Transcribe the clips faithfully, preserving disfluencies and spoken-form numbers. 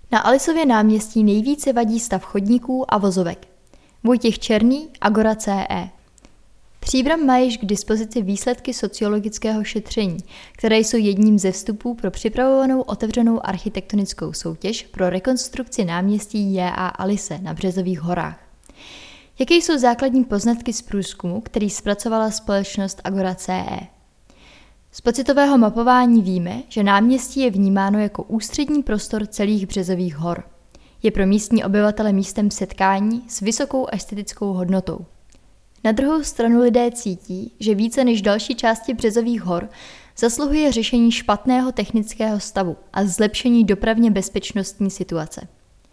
Na Alisově náměstí nejvíce vadí stav chodníků a vozovek. Vojtěch Černý, Agora C E. Příbram má již k dispozici výsledky sociologického šetření, které jsou jedním ze vstupů pro připravovanou otevřenou architektonickou soutěž pro rekonstrukci náměstí J A Alise na Březových horách. Jaké jsou základní poznatky z průzkumu, který zpracovala společnost Agora C E? Z pocitového mapování víme, že náměstí je vnímáno jako ústřední prostor celých Březových hor. Je pro místní obyvatele místem setkání s vysokou estetickou hodnotou. Na druhou stranu lidé cítí, že více než další části Březových hor zasluhuje řešení špatného technického stavu a zlepšení dopravně bezpečnostní situace.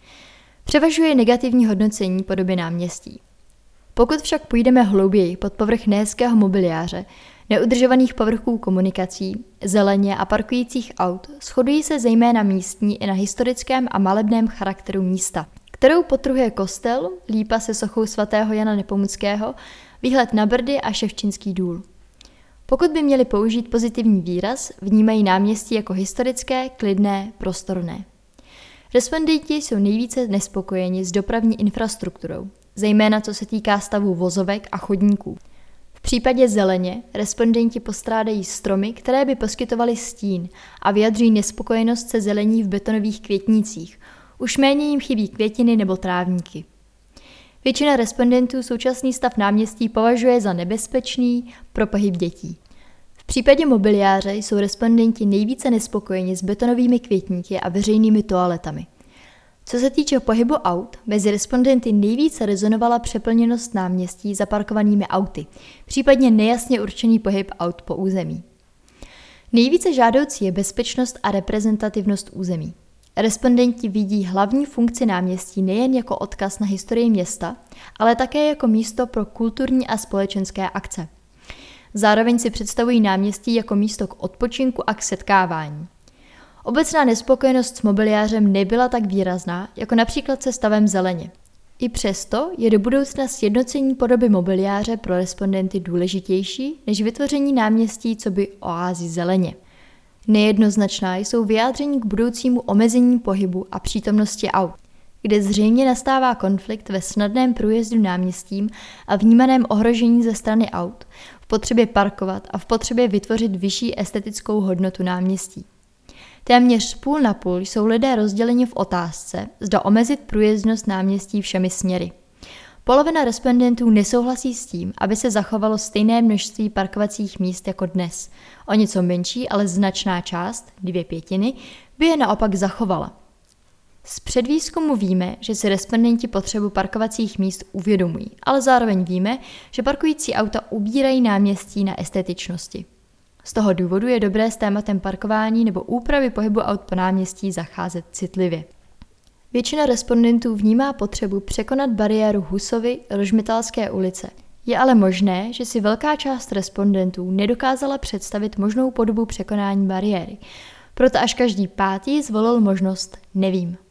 Převažuje negativní hodnocení podoby náměstí. Pokud však půjdeme hlouběji pod povrch nehezkého mobiliáře, neudržovaných povrchů komunikací, zeleně a parkujících aut, shodují se zejména místní i na historickém a malebném charakteru místa, kterou podtrhuje kostel, lípa se sochou svatého Jana Nepomuckého, výhled na Brdy a Ševčínský důl. Pokud by měli použít pozitivní výraz, vnímají náměstí jako historické, klidné, prostorné. Respondenti jsou nejvíce nespokojeni s dopravní infrastrukturou, zejména co se týká stavu vozovek a chodníků. V případě zeleně respondenti postrádají stromy, které by poskytovaly stín a vyjadřují nespokojenost se zelení v betonových květnících. Už méně jim chybí květiny nebo trávníky. Většina respondentů současný stav náměstí považuje za nebezpečný pro pohyb dětí. V případě mobiliáře jsou respondenti nejvíce nespokojeni s betonovými květníky a veřejnými toaletami. Co se týče pohybu aut, mezi respondenty nejvíce rezonovala přeplněnost náměstí zaparkovanými auty, případně nejasně určený pohyb aut po území. Nejvíce žádoucí je bezpečnost a reprezentativnost území. Respondenti vidí hlavní funkci náměstí nejen jako odkaz na historii města, ale také jako místo pro kulturní a společenské akce. Zároveň si představují náměstí jako místo k odpočinku a k setkávání. Obecná nespokojenost s mobiliářem nebyla tak výrazná, jako například se stavem zeleně. I přesto je do budoucna sjednocení podoby mobiliáře pro respondenty důležitější než vytvoření náměstí coby oázy zeleně. Nejednoznačná jsou vyjádření k budoucímu omezení pohybu a přítomnosti aut, kde zřejmě nastává konflikt ve snadném průjezdu náměstím a vnímaném ohrožení ze strany aut, v potřebě parkovat a v potřebě vytvořit vyšší estetickou hodnotu náměstí. Téměř půl na půl jsou lidé rozděleni v otázce, zda omezit průjezdnost náměstí všemi směry. Polovina respondentů nesouhlasí s tím, aby se zachovalo stejné množství parkovacích míst jako dnes. O něco menší, ale značná část, dvě pětiny, by je naopak zachovala. Z předvýzkumu víme, že si respondenti potřebu parkovacích míst uvědomují, ale zároveň víme, že parkující auta ubírají náměstí na estetičnosti. Z toho důvodu je dobré s tématem parkování nebo úpravy pohybu aut po náměstí zacházet citlivě. Většina respondentů vnímá potřebu překonat bariéru Husovy Rožmitalské ulice. Je ale možné, že si velká část respondentů nedokázala představit možnou podobu překonání bariéry. Proto až každý pátý zvolil možnost nevím.